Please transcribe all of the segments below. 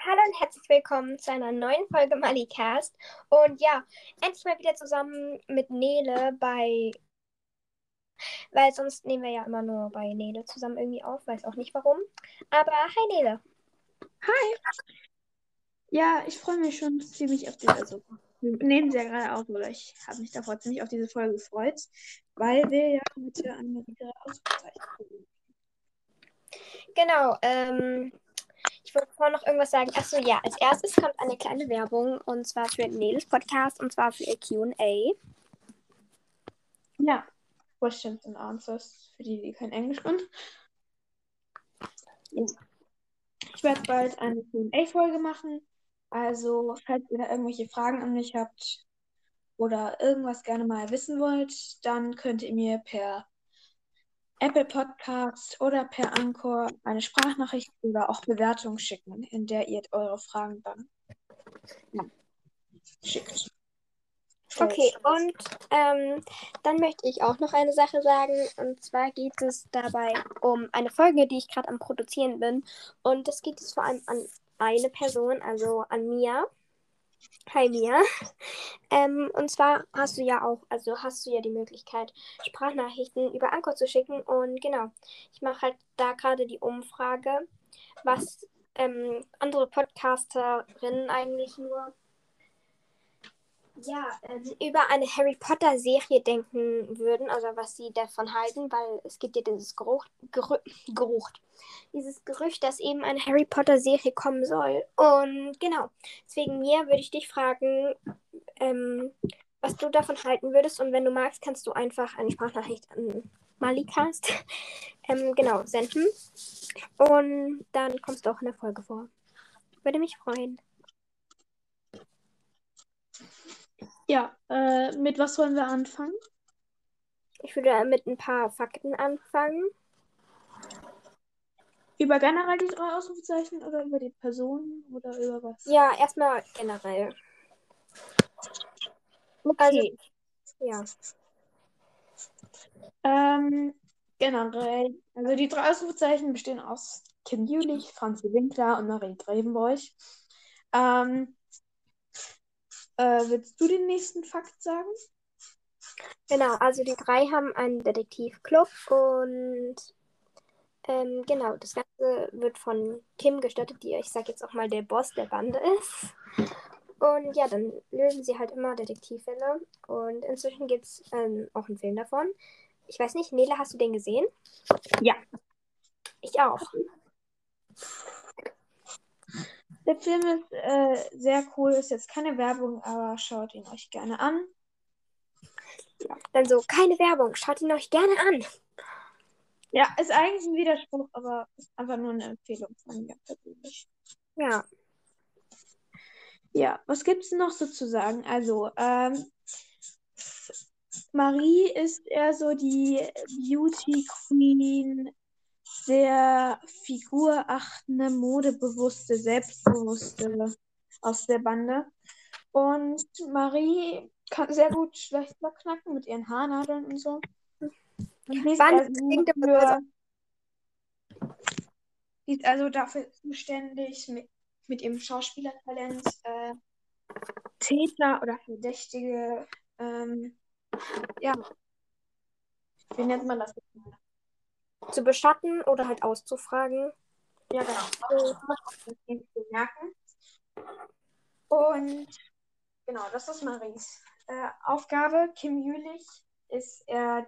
Hallo und herzlich willkommen zu einer neuen Folge Malicast. Und ja, endlich mal wieder zusammen mit Nele weil sonst nehmen wir ja immer nur bei Nele zusammen irgendwie auf, weiß auch nicht warum. Aber hi Nele. Hi. Ja, ich freue mich schon ziemlich auf diese, also wir nehmen sie ja gerade auf, oder ich habe mich davor ziemlich auf diese Folge gefreut, weil wir ja heute eine weitere Auszeichnung haben. Genau, ich wollte vorhin noch irgendwas sagen. Achso, ja, als erstes kommt eine kleine Werbung und zwar für Neles Podcast und zwar für ihr Q&A. Ja, Questions and Answers, für die kein Englisch können. Ja. Ich werde bald eine Q&A-Folge machen, also falls ihr da irgendwelche Fragen an mich habt oder irgendwas gerne mal wissen wollt, dann könnt ihr mir per Apple Podcast oder per Anchor eine Sprachnachricht oder auch Bewertung schicken, in der ihr eure Fragen dann ja, schickt. Okay, Stellt. und dann möchte ich auch noch eine Sache sagen. Und zwar geht es dabei um eine Folge, die ich gerade am Produzieren bin. Und das geht es vor allem an eine Person, also an Mia. Hi Mia. Und zwar hast du ja die Möglichkeit, Sprachnachrichten über Anchor zu schicken. Und genau, ich mache halt da gerade die Umfrage, was andere Podcasterinnen eigentlich nur über eine Harry Potter Serie denken würden, also was sie davon halten, weil es gibt ja dieses Gerücht, dass eben eine Harry Potter Serie kommen soll. Und genau, deswegen mir würde ich dich fragen, ähm, was du davon halten würdest. Und wenn du magst, kannst du einfach eine Sprachnachricht an Malikast genau, senden. Und dann kommst du auch in der Folge vor. Würde mich freuen. Ja, mit was wollen wir anfangen? Ich würde mit ein paar Fakten anfangen. Über generell die drei Ausrufezeichen oder über die Person oder über was? Ja, erstmal generell. Also, Okay. ja. Ähm, generell, also die drei Ausrufezeichen bestehen aus Kim Jülich, Franzi Winkler und Marie Grevenbroich. Ähm, willst du den nächsten Fakt sagen? Genau, also die drei haben einen Detektivclub und genau, das Ganze wird von Kim gestartet, die, ich sag jetzt auch mal, der Boss der Bande ist. Und ja, dann lösen sie halt immer Detektivfälle. Und inzwischen gibt es auch einen Film davon. Ich weiß nicht, Nele, hast du den gesehen? Ja. Ich auch. Der Film ist sehr cool, ist jetzt keine Werbung, aber schaut ihn euch gerne an. Dann so, keine Werbung, schaut ihn euch gerne an. Ja, ist eigentlich ein Widerspruch, aber ist einfach nur eine Empfehlung von mir persönlich. Ja, Ja, was gibt es noch so zu sagen? Also, Marie ist eher so die Beauty Queen, sehr figurachtende, modebewusste, selbstbewusste aus der Bande. Und Marie kann sehr gut Schlächter knacken mit ihren Haarnadeln und so. Und Wann klingt immer so, als ob. sie ist also dafür zuständig, mit ihrem Schauspielertalent Täter oder Verdächtige, ja, wie nennt man das jetzt mal? Zu beschatten oder halt auszufragen. Ja, genau. So. Das zu merken. Und genau, das ist Maries Aufgabe. Kim Jülich ist eher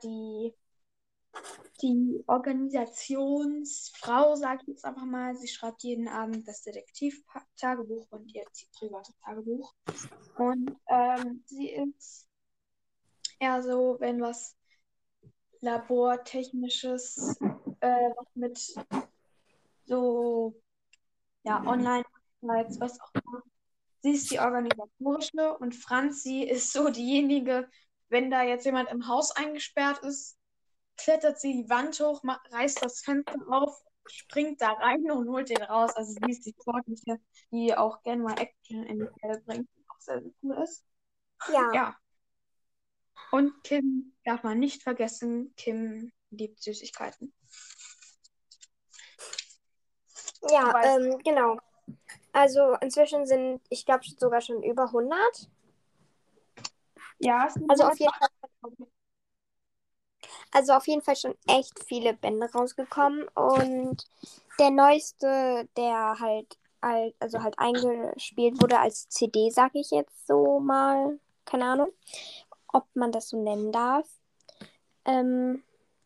die Organisationsfrau, sage ich jetzt einfach mal. Sie schreibt jeden Abend das Detektiv-Tagebuch und ihr privates Tagebuch. Und sie ist eher so, wenn was Labortechnisches, was mit so, ja, Online-Sites, was auch immer. Sie ist die organisatorische und Franzi ist so diejenige, wenn da jetzt jemand im Haus eingesperrt ist, klettert sie die Wand hoch, reißt das Fenster auf, springt da rein und holt den raus. Also sie ist die sportliche, die auch gerne mal Action in die Fälle bringt, was auch sehr, sehr cool ist. Ja, Ja, und Kim darf man nicht vergessen, Kim liebt Süßigkeiten. Du ja, weißt, genau. Also inzwischen sind, ich glaube, sogar schon über 100. Ja, es sind Also auf 100. jeden Fall, also auf jeden Fall schon echt viele Bände rausgekommen. Und der neueste, der also halt eingespielt wurde als CD, sag ich jetzt so mal, keine Ahnung, ob man das so nennen darf, ähm,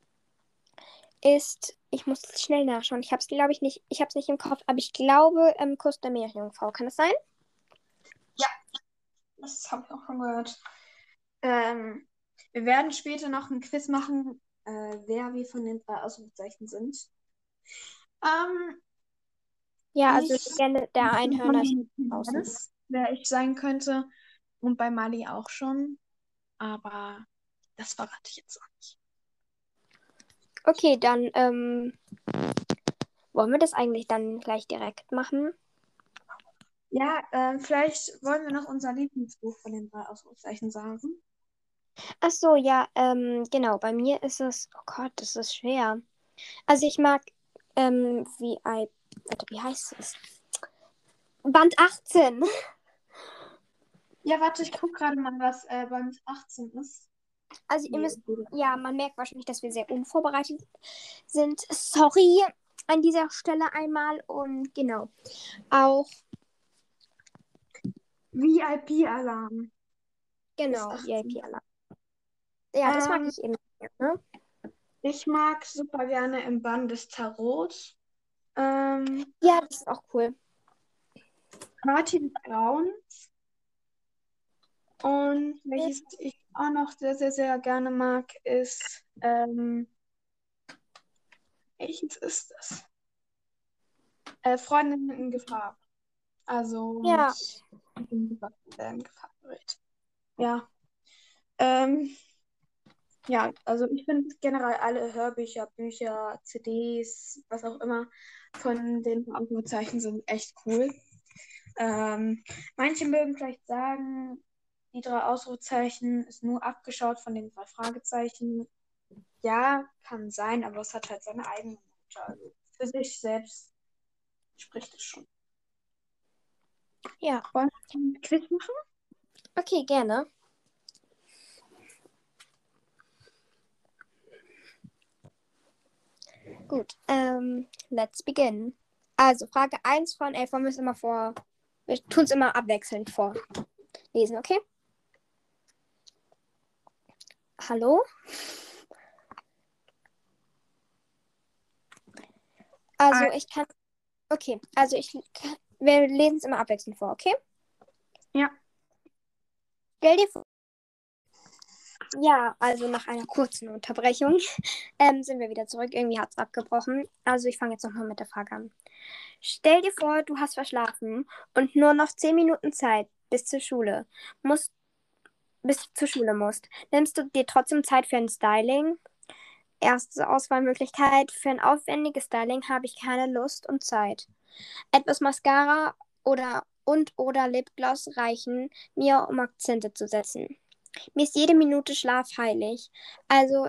ist, ich muss schnell nachschauen. Ich habe es, glaube ich, nicht, ich habe es nicht im Kopf, aber ich glaube, Kuss der Meerjungfrau. Kann das sein? Ja, das habe ich auch schon gehört. Wir werden später noch ein Quiz machen, wer wir von den 3 Ausrufezeichen sind. Ähm, Ja, also ich Legende der Einhörner ist draußen. weiß, wer ich sein könnte. Und bei Mali auch schon. Aber das verrate ich jetzt auch nicht. Okay, dann wollen wir das eigentlich dann gleich direkt machen? Ja, vielleicht wollen wir noch unser Lieblingsbuch von den 3 Ausrufezeichen sagen. Ach so, ja, genau. Bei mir ist es, oh Gott, das ist schwer. Also ich mag warte, wie heißt es? Band 18. Ja, warte, ich gucke gerade mal, was Band 18 ist. Also ihr Nee, müsst, ja, man merkt wahrscheinlich, dass wir sehr unvorbereitet sind. Sorry an dieser Stelle einmal und genau. Auch, VIP-Alarm ist genau, 18. VIP-Alarm. Ja, das mag Ähm, ich eben. Ne? Ich mag super gerne im Bann des Tarot. Ähm, Ja, das ist auch cool. Party des Grauens. Und welches ich auch noch sehr, sehr, sehr gerne mag, ist, welches ist das? Freundinnen in Gefahr. Also Ja, mit dem, was in Gefahr gerät. Ja. Ähm, ja, also ich finde generell alle Hörbücher, Bücher, CDs, was auch immer von den Ausrufezeichen sind echt cool. Manche mögen vielleicht sagen, die 3 Ausrufezeichen ist nur abgeschaut von den 3 Fragezeichen. Ja, kann sein, aber es hat halt seine eigene Note. Also für sich selbst spricht es schon. ja. Wollen wir ein Quiz machen? Okay, gerne. Gut, let's begin. Also, Frage 1 von 11 wollen wir es immer vor. Wir tun es immer abwechselnd vorlesen, okay? Hallo? Also, ich kann. Okay, also wir lesen es immer abwechselnd vor, okay? Ja. Stell dir vor. Ja, also nach einer kurzen Unterbrechung sind wir wieder zurück. Irgendwie hat es abgebrochen. Also, ich fange jetzt nochmal mit der Frage an. Stell dir vor, du hast verschlafen und nur noch 10 Minuten Zeit musst, bis du zur Schule musst. Nimmst du dir trotzdem Zeit für ein Styling? Erste Auswahlmöglichkeit. Für ein aufwendiges Styling habe ich keine Lust und Zeit. Etwas Mascara oder Lipgloss reichen mir, um Akzente zu setzen. Mir ist jede Minute Schlaf heilig. Also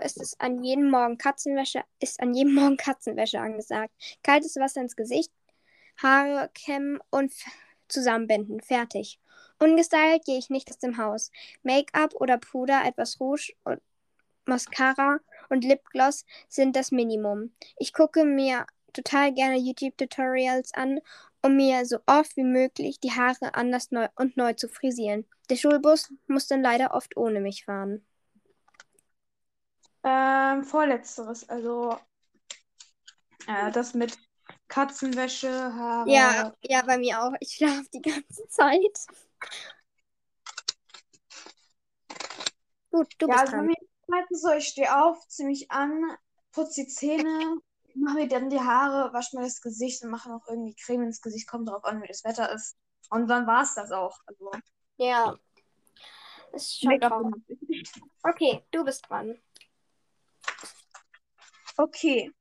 ist an jedem Morgen Katzenwäsche angesagt. Kaltes Wasser ins Gesicht, Haare kämmen und zusammenbinden. Fertig. Ungestylt gehe ich nicht aus dem Haus. Make-up oder Puder, etwas Rouge und Mascara und Lipgloss sind das Minimum. Ich gucke mir total gerne YouTube-Tutorials an, um mir so oft wie möglich die Haare anders neu zu frisieren. Der Schulbus muss dann leider oft ohne mich fahren. Vorletzteres, also das mit Katzenwäsche, Ja, Haare. ja, bei mir auch. Ich schlafe die ganze Zeit. Gut, du Ja, bist also bei dran. mir ist es meistens so, ich stehe auf, ziehe mich an, putze die Zähne, mache mir dann die Haare, wasche mir das Gesicht und mache noch irgendwie Creme ins Gesicht, kommt drauf an, wie das Wetter ist. Und dann war es das auch. Also Ja, ist schon Make-up traurig. benutze ich nicht. Okay, du bist dran. Okay.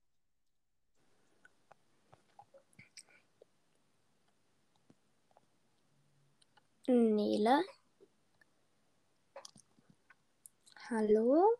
Nele, hallo?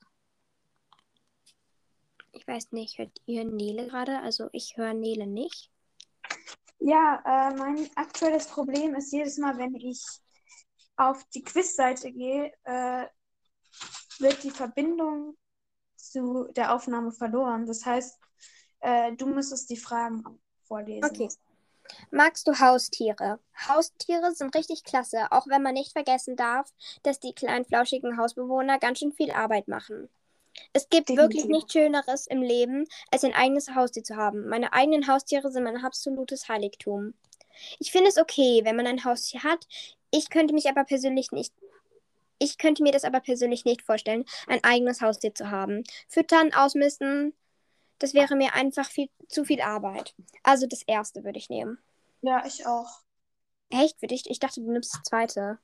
Ich weiß nicht, hört ihr Nele gerade? Also ich höre Nele nicht. Ja, mein aktuelles Problem ist jedes Mal, wenn ich auf die Quizseite gehe, wird die Verbindung zu der Aufnahme verloren. Das heißt, du müsstest die Fragen vorlesen. Okay. Magst du Haustiere? Haustiere sind richtig klasse, auch wenn man nicht vergessen darf, dass die kleinen flauschigen Hausbewohner ganz schön viel Arbeit machen. Es gibt wirklich Definitiv. nichts Schöneres im Leben, als ein eigenes Haustier zu haben. Meine eigenen Haustiere sind mein absolutes Heiligtum. Ich finde es okay, wenn man ein Haustier hat. Ich könnte mich aber persönlich nicht Ich könnte mir das aber persönlich nicht vorstellen, ein eigenes Haustier zu haben. Füttern, ausmisten, das wäre mir einfach zu viel Arbeit. Also das erste würde ich nehmen. Ja, ich auch. Echt? Für dich? Ich dachte, du nimmst das zweite.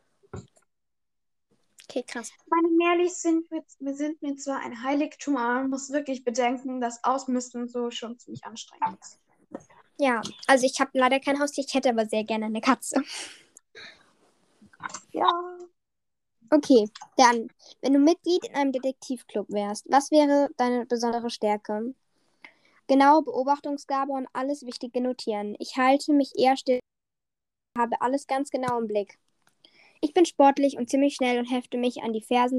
Okay, krass. Meine Merlis sind mir zwar ein Heiligtum, aber man muss wirklich bedenken, dass Ausmisten so schon ziemlich anstrengend ist. Ja, also ich habe leider kein Haustier, ich hätte aber sehr gerne eine Katze. Ja, Okay, dann, wenn du Mitglied in einem Detektivclub wärst, was wäre deine besondere Stärke? Genaue Beobachtungsgabe und alles Wichtige notieren. Ich halte mich eher still, habe alles ganz genau im Blick. Ich bin sportlich und ziemlich schnell und hefte mich an die Fersen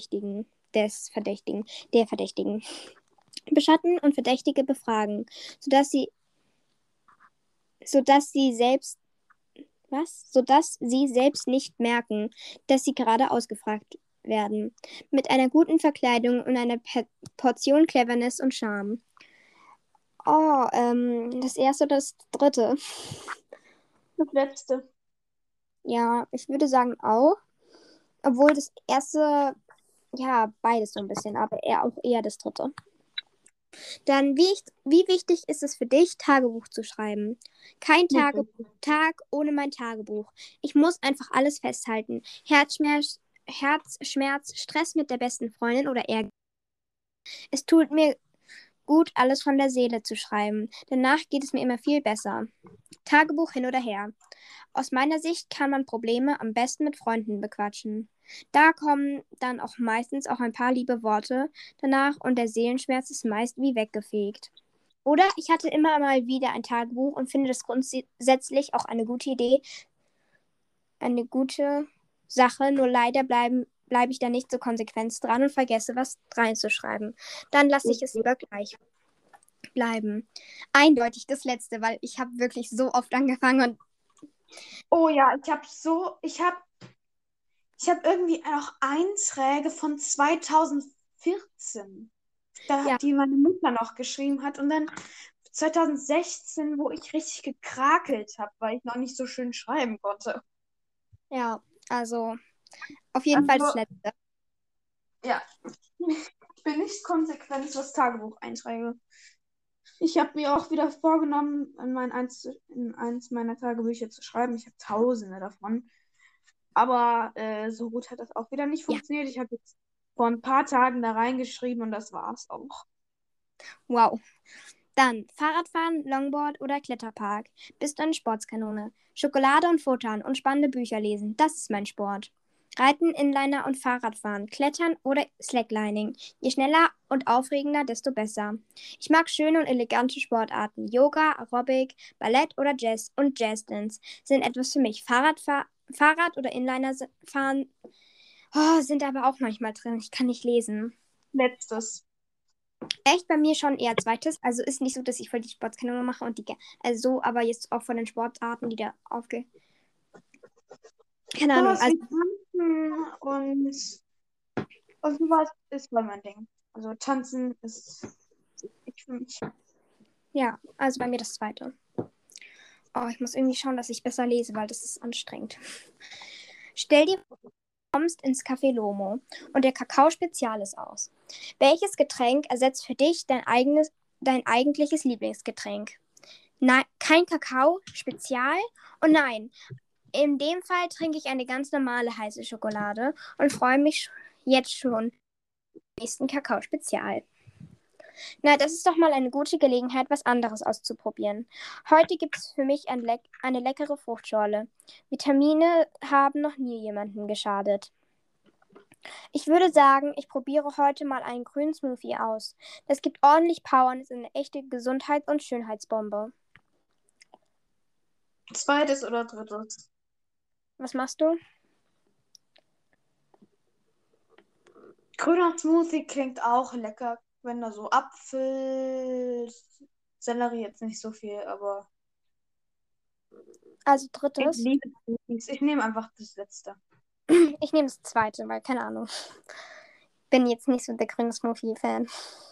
der Verdächtigen. Beschatten und Verdächtige befragen, sodass sie, sodass sie selbst, sodass sie selbst nicht merken, dass sie gerade ausgefragt werden. Mit einer guten Verkleidung und einer Portion Cleverness und Charme. Oh, das erste oder das dritte? das letzte. Ja, ich würde sagen auch. Obwohl das erste, ja, beides so ein bisschen, aber eher das dritte. Dann, wie wichtig ist es für dich, Tagebuch zu schreiben? Kein Nicht so. Tag ohne mein Tagebuch. Ich muss einfach alles festhalten. Herzschmerz, Stress mit der besten Freundin oder Ärger. Es tut mir gut, alles von der Seele zu schreiben. Danach geht es mir immer viel besser. Tagebuch hin oder her. Aus meiner Sicht kann man Probleme am besten mit Freunden bequatschen. Da kommen dann auch meistens auch ein paar liebe Worte danach und der Seelenschmerz ist meist wie weggefegt. Oder ich hatte immer mal wieder ein Tagebuch und finde das grundsätzlich auch eine gute Idee, eine gute Sache, nur leider bleibe ich da nicht so konsequent dran und vergesse, was reinzuschreiben. Dann lasse ich es lieber gleich bleiben. Eindeutig das letzte, weil ich habe wirklich so oft angefangen und Oh ja, ich hab irgendwie noch Einträge von 2014, ja, die meine Mutter noch geschrieben hat. Und dann 2016, wo ich richtig gekrakelt habe, weil ich noch nicht so schön schreiben konnte. ja, also auf jeden Fall das Also, letzte. ja, ich bin nicht konsequent, was Tagebucheinträge. Ich habe mir auch wieder vorgenommen, in eins meiner Tagebücher zu schreiben. Ich habe tausende davon. Aber so gut hat das auch wieder nicht Ja, funktioniert. Ich habe jetzt vor ein paar Tagen da reingeschrieben und das war's auch. wow. Dann Fahrradfahren, Longboard oder Kletterpark. Bist du eine Sportskanone? Schokolade und futtern und spannende Bücher lesen. Das ist mein Sport. Reiten, Inliner und Fahrradfahren, Klettern oder Slacklining. Je schneller und aufregender, desto besser. Ich mag schöne und elegante Sportarten. Yoga, Aerobic, Ballett oder Jazz und Jazzdance sind etwas für mich. Fahrrad oder Inliner fahren sind aber auch manchmal drin. Ich kann nicht lesen. Letztes. Echt bei mir schon eher zweites. Also ist nicht so, dass ich voll die Sportskanone mache und also so, aber jetzt auch von den Sportarten, die da aufge. Keine Ahnung. Sowas Also wie Tanzen und sowas ist voll mein Ding. Also Tanzen ist ich für mich. ja, also bei mir das zweite. Oh, ich muss irgendwie schauen, dass ich besser lese, weil das ist anstrengend. Stell dir vor, du kommst ins Café Lomo und der Kakao Spezial ist aus. Welches Getränk ersetzt für dich dein eigentliches Lieblingsgetränk? Nein, kein Kakao Spezial und nein, in dem Fall trinke ich eine ganz normale heiße Schokolade und freue mich jetzt schon auf den nächsten Kakao-Spezial. Na, das ist doch mal eine gute Gelegenheit, was anderes auszuprobieren. Heute gibt es für mich eine leckere Fruchtschorle. Vitamine haben noch nie jemandem geschadet. Ich würde sagen, ich probiere heute mal einen grünen Smoothie aus. Das gibt ordentlich Power und ist eine echte Gesundheits- und Schönheitsbombe. Zweites oder drittes? Was machst du? Grüner Smoothie klingt auch lecker, wenn da so Apfel, Sellerie jetzt nicht so viel, aber Also ich drittes. liebe Smoothies. Ich nehme einfach das letzte. Ich nehme das zweite, weil keine Ahnung. Bin jetzt nicht so der grüne Smoothie-Fan.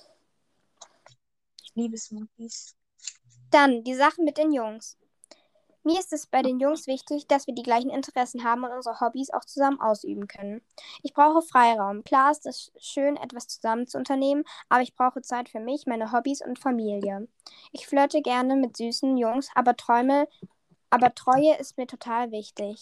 Ich liebe Smoothies. Dann die Sache mit den Jungs. Mir ist es bei den Jungs wichtig, dass wir die gleichen Interessen haben und unsere Hobbys auch zusammen ausüben können. Ich brauche Freiraum. Klar ist es schön, etwas zusammen zu unternehmen, aber ich brauche Zeit für mich, meine Hobbys und Familie. Ich flirte gerne mit süßen Jungs, aber Treue ist mir total wichtig.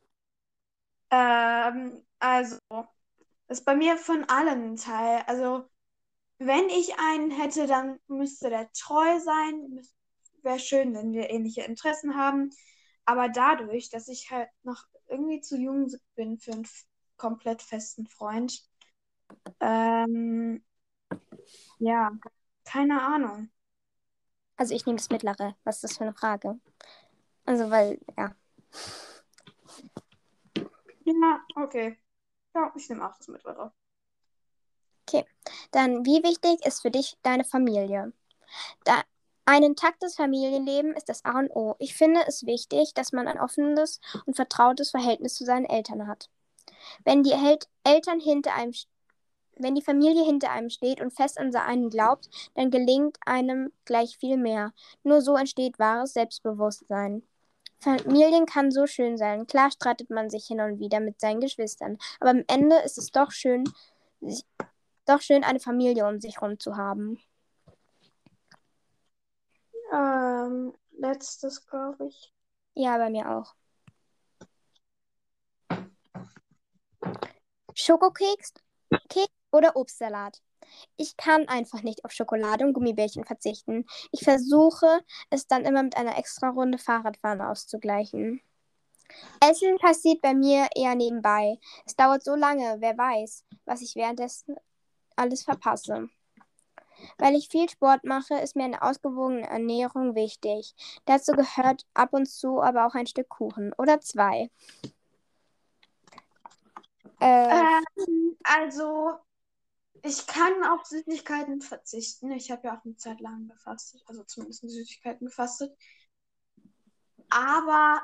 Also, ist bei mir von allem ein Teil. Also, wenn ich einen hätte, dann müsste der treu sein. Wäre schön, wenn wir ähnliche Interessen haben. Aber dadurch, dass ich halt noch irgendwie zu jung bin für einen komplett festen Freund, ähm, ja, keine Ahnung. Also ich nehme das Mittlere. Was ist das für eine Frage? Also weil, ja. Ja, okay. Ja, ich nehme auch das Mittlere. Okay. Dann, wie wichtig ist für dich deine Familie? Da, ein intaktes Familienleben ist das A und O. Ich finde es wichtig, dass man ein offenes und vertrautes Verhältnis zu seinen Eltern hat. Wenn die Eltern hinter einem, wenn die Familie hinter einem steht und fest an einen glaubt, dann gelingt einem gleich viel mehr. Nur so entsteht wahres Selbstbewusstsein. Familien kann so schön sein. Klar streitet man sich hin und wieder mit seinen Geschwistern, aber am Ende ist es doch schön, eine Familie um sich herum zu haben. Letztes, glaube ich. Ja, bei mir auch. Schokokeks, Keks oder Obstsalat. Ich kann einfach nicht auf Schokolade und Gummibärchen verzichten. Ich versuche, es dann immer mit einer extra Runde Fahrradfahren auszugleichen. Essen passiert bei mir eher nebenbei. Es dauert so lange, wer weiß, was ich währenddessen alles verpasse. Weil ich viel Sport mache, ist mir eine ausgewogene Ernährung wichtig. Dazu gehört ab und zu aber auch ein Stück Kuchen oder zwei. Äh, Also, ich kann auf Süßigkeiten verzichten. Ich habe ja auch eine Zeit lang gefastet, also zumindest in Süßigkeiten gefastet. Aber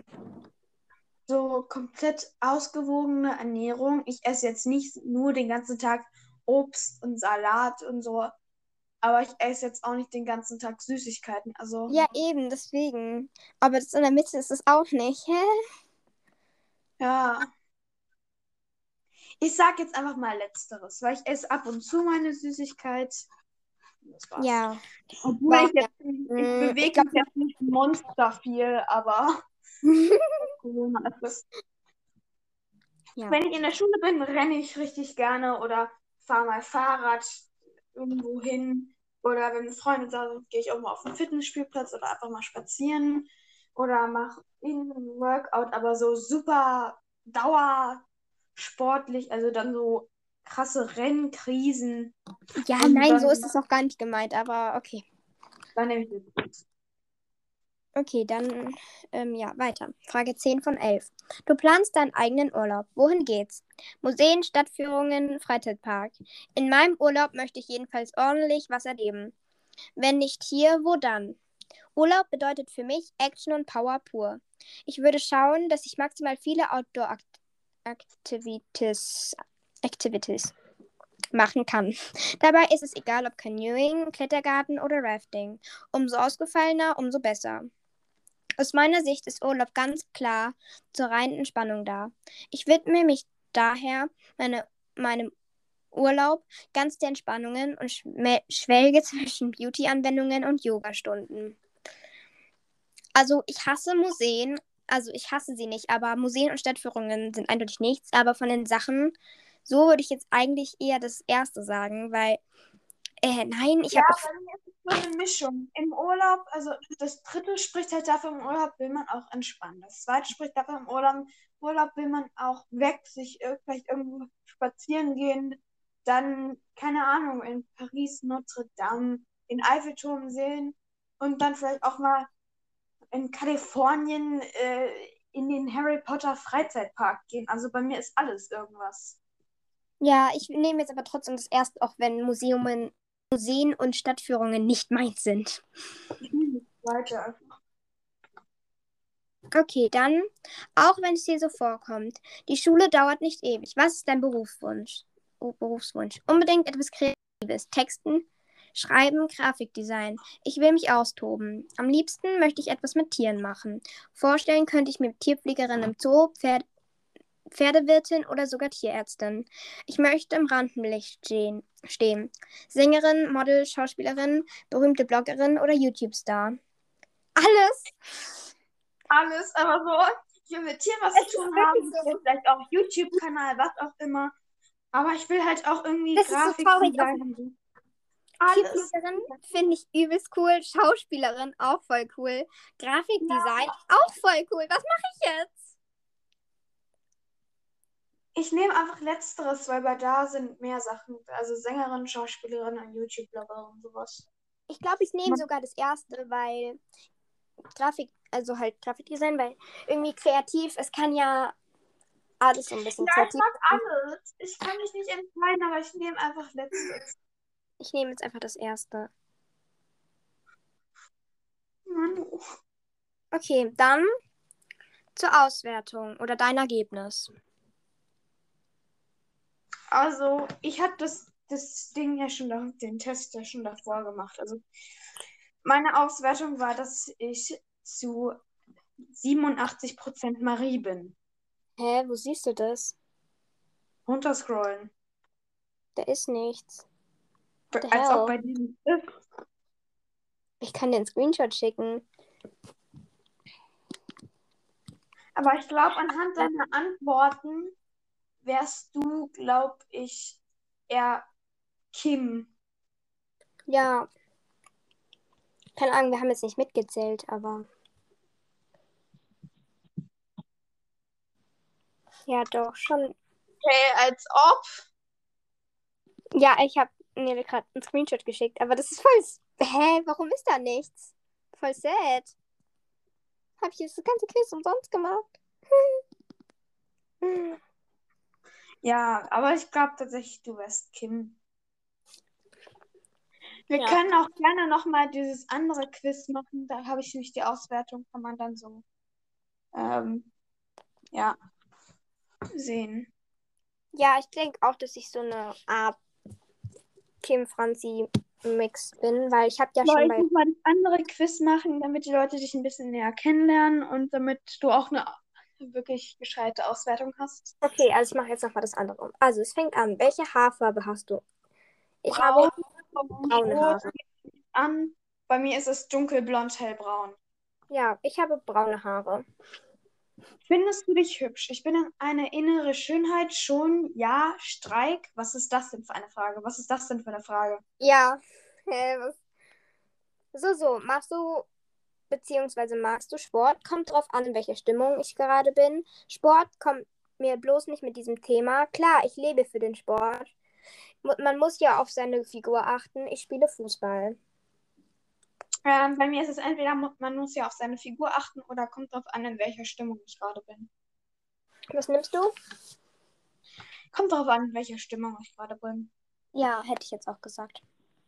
so komplett ausgewogene Ernährung. Ich esse jetzt nicht nur den ganzen Tag Obst und Salat und so, aber ich esse jetzt auch nicht den ganzen Tag Süßigkeiten. Also, ja, eben, deswegen. Aber das in der Mitte ist es auch nicht. Hä? ja. Ich sag jetzt einfach mal Letzteres, weil ich esse ab und zu meine Süßigkeit. Das war's. Ja, Obwohl war, ich jetzt, ich ich bewege mich glaube, jetzt nicht monster viel, aber Corona ist es. ja. Wenn ich in der Schule bin, renne ich richtig gerne oder fahre mal Fahrrad irgendwo hin. Oder wenn Freunde da sind, gehe ich auch mal auf den Fitnessspielplatz oder einfach mal spazieren oder mache einen Workout, aber so super dauersportlich, also dann so krasse Rennkrisen Ja, und nein, so ist es auch gar nicht gemeint, aber okay. dann nehme ich das. Okay, dann ja, weiter. Frage 10 von 11. Du planst deinen eigenen Urlaub. Wohin geht's? Museen, Stadtführungen, Freizeitpark. In meinem Urlaub möchte ich jedenfalls ordentlich was erleben. Wenn nicht hier, wo dann? Urlaub bedeutet für mich Action und Power pur. Ich würde schauen, dass ich maximal viele Outdoor-Activities machen kann. Dabei ist es egal, ob Canoeing, Klettergarten oder Rafting. Umso ausgefallener, umso besser. Aus meiner Sicht ist Urlaub ganz klar zur reinen Entspannung da. Ich widme mich daher meinem Urlaub ganz der Entspannungen und schwelge zwischen Beauty-Anwendungen und Yogastunden. Also ich hasse Museen, also ich hasse sie nicht, aber Museen und Stadtführungen sind eindeutig nichts. Aber von den Sachen, so würde ich jetzt eigentlich eher das Erste sagen, weil, nein, ich Ja, habe auch, bei mir ist es so eine Mischung. Im Urlaub, also das dritte spricht halt dafür, im Urlaub will man auch entspannen. Das zweite spricht dafür, Urlaub will man auch weg, sich vielleicht irgendwo spazieren gehen. Dann, keine Ahnung, in Paris, Notre Dame, den Eiffelturm sehen und dann vielleicht auch mal in Kalifornien in den Harry Potter Freizeitpark gehen. Also bei mir ist alles irgendwas. Ja, ich nehme jetzt aber trotzdem das erste, auch wenn Museen und Stadtführungen nicht meins sind. Ich nehme das zweite einfach. Okay, dann, auch wenn es dir so vorkommt, die Schule dauert nicht ewig. Was ist dein Berufswunsch? Berufswunsch. Unbedingt etwas Kreatives. Texten, Schreiben, Grafikdesign. Ich will mich austoben. Am liebsten möchte ich etwas mit Tieren machen. Vorstellen könnte ich mir Tierpflegerin im Zoo, Pferdewirtin oder sogar Tierärztin. Ich möchte im Rampenlicht stehen. Sängerin, Model, Schauspielerin, berühmte Bloggerin oder YouTube-Star. Alles. Alles, aber so, ich will mit Tieren was zu tun haben. Ich will vielleicht auch YouTube-Kanal, was auch immer. Aber ich will halt auch irgendwie Das ist so traurig. Grafikdesign. Alles. Tierpflegerin finde ich übelst cool. Schauspielerin auch voll cool. Grafikdesign auch voll cool. Was mache ich jetzt? Ich nehme einfach Letzteres, weil bei da sind mehr Sachen. Also Sängerin, Schauspielerin und YouTube-Bloggerin und sowas. Ich glaube, ich nehme sogar das erste, weil also halt Grafikdesign, weil irgendwie kreativ, es kann ja alles so ein bisschen Ja, ich kreativ. mag alles. Ich kann mich nicht entscheiden, aber ich nehme einfach Letztes. Ich nehme jetzt einfach das erste. Manu. Okay, dann zur Auswertung oder dein Ergebnis. Also, ich habe das Ding ja schon, den Test ja schon davor gemacht. Also, meine Auswertung war, dass ich zu 87% Marie bin. Hä, wo siehst du das? Runterscrollen. Da ist nichts. What the Als ob hell? bei dir nicht ist. Ich kann dir einen Screenshot schicken. Aber ich glaube, anhand deiner Antworten wärst du, glaube ich, eher Kim. Ja, keine Ahnung, wir haben jetzt nicht mitgezählt, aber. Ja, doch, schon. Okay, als ob. Ja, ich habe mir gerade einen Screenshot geschickt, aber das ist voll. Hä, warum ist da nichts? Voll sad. Habe ich jetzt das ganze Quiz umsonst gemacht? Ja, aber ich glaube tatsächlich, du wärst Kim. Wir Ja. können auch gerne nochmal dieses andere Quiz machen. Da habe ich nicht die Auswertung, kann man dann so ja, sehen. Ja, ich denke auch, dass ich so eine Art Kim-Franzi-Mix bin, weil ich habe ja Soll schon ich bei. nochmal das andere Quiz machen, damit die Leute dich ein bisschen näher kennenlernen und damit du auch eine wirklich gescheite Auswertung hast? Okay, also ich mache jetzt nochmal das andere. Also es fängt an. Welche Haarfarbe hast du? Ich Braun, habe braune rot, Haare. an. Bei mir ist es dunkelblond, hellbraun. Ja, ich habe braune Haare. Findest du dich hübsch? Ich bin eine innere Schönheit schon. Ja, Streik. Was ist das denn für eine Frage? Was ist das denn für eine Frage? Ja. Was? So. Machst du, beziehungsweise magst du Sport? Kommt drauf an, in welcher Stimmung ich gerade bin. Sport kommt mir bloß nicht mit diesem Thema. Klar, ich lebe für den Sport. Man muss ja auf seine Figur achten. Ich spiele Fußball. Bei mir ist es entweder, man muss ja auf seine Figur achten oder kommt drauf an, in welcher Stimmung ich gerade bin. Was nimmst du? Kommt drauf an, in welcher Stimmung ich gerade bin. Ja, hätte ich jetzt auch gesagt.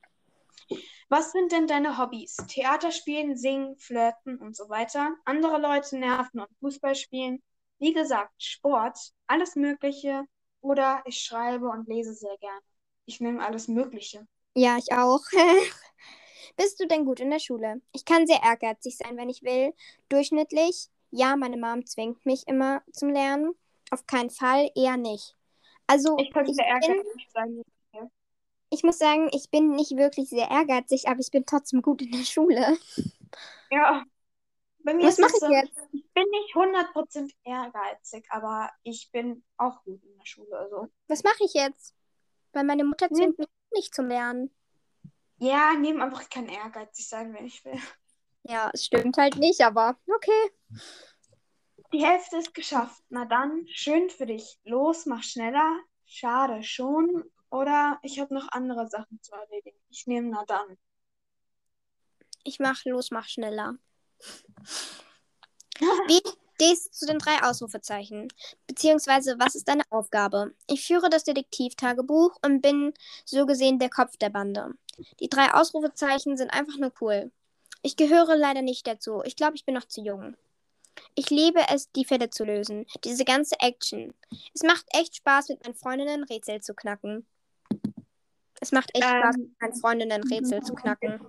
Was sind denn deine Hobbys? Theater spielen, singen, flirten und so weiter. Andere Leute nerven und Fußball spielen. Wie gesagt, Sport, alles Mögliche. Oder ich schreibe und lese sehr gerne. Ich nehme alles Mögliche. Ja, ich auch. Bist du denn gut in der Schule? Ich kann sehr ehrgeizig sein, wenn ich will. Durchschnittlich? Ja, meine Mom zwingt mich immer zum Lernen. Auf keinen Fall, eher nicht. Also, Ich könnte sehr ehrgeizig sein. ich muss sagen, ich bin nicht wirklich sehr ehrgeizig, aber ich bin trotzdem gut in der Schule. Ja, bei mir Was ist mache es ich so, jetzt? ich bin nicht 100% ehrgeizig, aber ich bin auch gut in der Schule. Also. Was mache ich jetzt? Weil meine Mutter Nimm, zwingt mich nicht zum Lernen. ja, neben einfach, ich kann ehrgeizig sein, wenn ich will. Ja, es stimmt halt nicht, aber okay. Die Hälfte ist geschafft. Na dann, schön für dich. Los, mach schneller. Schade schon. Oder ich habe noch andere Sachen zu erledigen. Ich nehme na dann. Mach schneller. Wie stehst du zu den 3 Ausrufezeichen? Beziehungsweise, was ist deine Aufgabe? Ich führe das Detektivtagebuch und bin so gesehen der Kopf der Bande. Die 3 Ausrufezeichen sind einfach nur cool. Ich gehöre leider nicht dazu. Ich glaube, ich bin noch zu jung. Ich liebe es, die Fälle zu lösen. Diese ganze Action. Es macht echt Spaß, mit meinen Freundinnen Rätsel zu knacken. Es macht echt Spaß, mit meinen Freundinnen Rätsel zu knacken.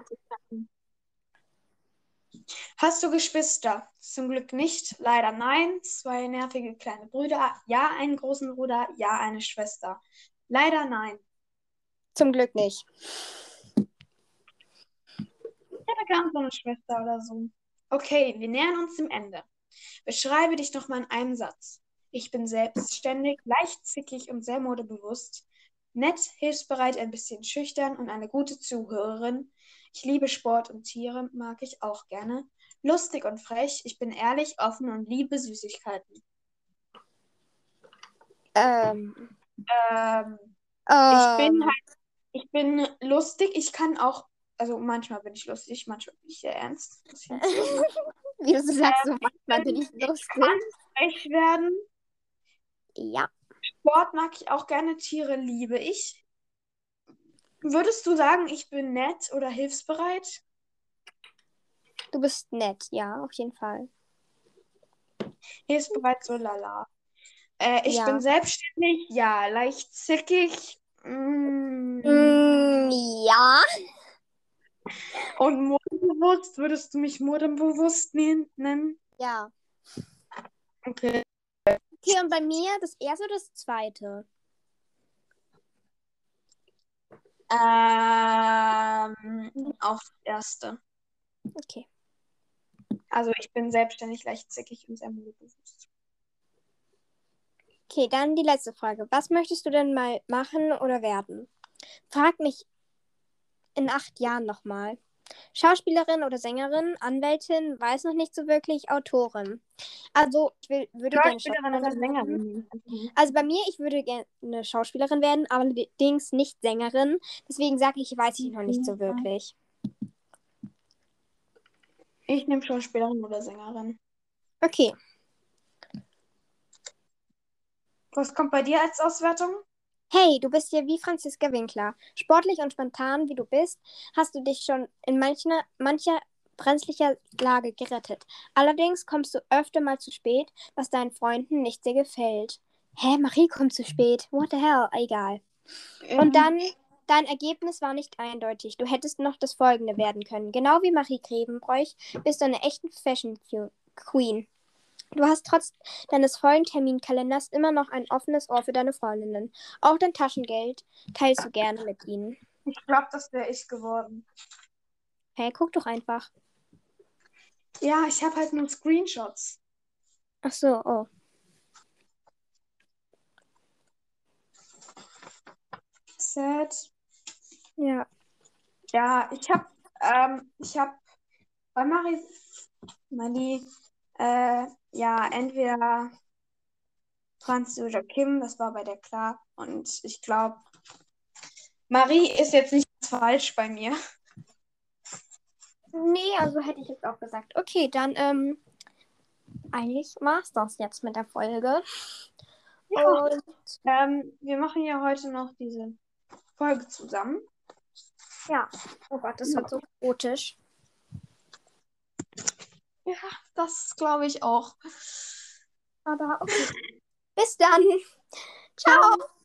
Hast du Geschwister? Zum Glück nicht. Leider nein. 2 nervige kleine Brüder. Ja, einen großen Bruder. Ja, eine Schwester. Leider nein. Zum Glück nicht. Ich hätte gern so eine Schwester oder so. Okay, wir nähern uns dem Ende. Beschreibe dich noch mal in einem Satz. Ich bin selbstständig, leicht zickig und sehr modebewusst. Nett, hilfsbereit, ein bisschen schüchtern und eine gute Zuhörerin. Ich liebe Sport und Tiere, mag ich auch gerne. Lustig und frech, ich bin ehrlich, offen und liebe Süßigkeiten. Ähm, Ähm, ähm, ich bin lustig, ich kann auch, also manchmal bin ich lustig, manchmal bin ich sehr ernst. Muss ich hinzufügen. Wie du so sagst, so manchmal bin ich Ich kann lustig. frech werden. Ja, Sport mag ich auch gerne, Tiere liebe ich. Würdest du sagen, ich bin nett oder hilfsbereit? du bist nett. Ja, auf jeden Fall. Hilfsbereit, so lala. Ich bin Ja. selbstständig, ja. Leicht zickig. Mm, ja. Und modebewusst, würdest du mich modebewusst nennen? Ja. Okay. Okay, und bei mir das erste oder das zweite? Auch das erste. Okay. Also ich bin selbstständig, leicht zickig und sehr modebewusst. Okay, dann die letzte Frage. Was möchtest du denn mal machen oder werden? Frag mich in 8 Jahren nochmal. Schauspielerin oder Sängerin, Anwältin, weiß noch nicht so wirklich, Autorin. Also, würde gerne Schauspielerin oder Schauspielerin werden. Sängerin? Also bei mir, ich würde gerne Schauspielerin werden, allerdings nicht Sängerin. Deswegen sage ich, weiß ich noch nicht so wirklich. Ich nehme Schauspielerin oder Sängerin. Okay. Was kommt bei dir als Auswertung? Hey, du bist ja wie Franziska Winkler. Sportlich und spontan wie du bist, hast du dich schon in mancher brenzlicher Lage gerettet. Allerdings kommst du öfter mal zu spät, was deinen Freunden nicht sehr gefällt. Hä, Marie kommt zu spät. What the hell? Egal. Und dann, dein Ergebnis war nicht eindeutig. Du hättest noch das folgende werden können. Genau wie Marie Grevenbroich bist du eine echte Fashion Queen. Du hast trotz deines vollen Terminkalenders immer noch ein offenes Ohr für deine Freundinnen. Auch dein Taschengeld teilst du gerne mit ihnen. Ich glaube, das wäre ich geworden. Hey, guck doch einfach. Ja, ich habe halt nur Screenshots. Ach so, oh. Sad. Ja. Ja, ich habe bei Marie, ja, entweder Franzi oder Kim, das war bei der klar. Und ich glaube, Marie ist jetzt nicht falsch bei mir. Nee, also hätte ich jetzt auch gesagt. Okay, dann, eigentlich war's das jetzt mit der Folge. Ja. Und Wir machen ja heute noch diese Folge zusammen. ja. Oh Gott, das wird so chaotisch. Ja, das glaube ich auch. Aber okay. Bis dann. Ciao.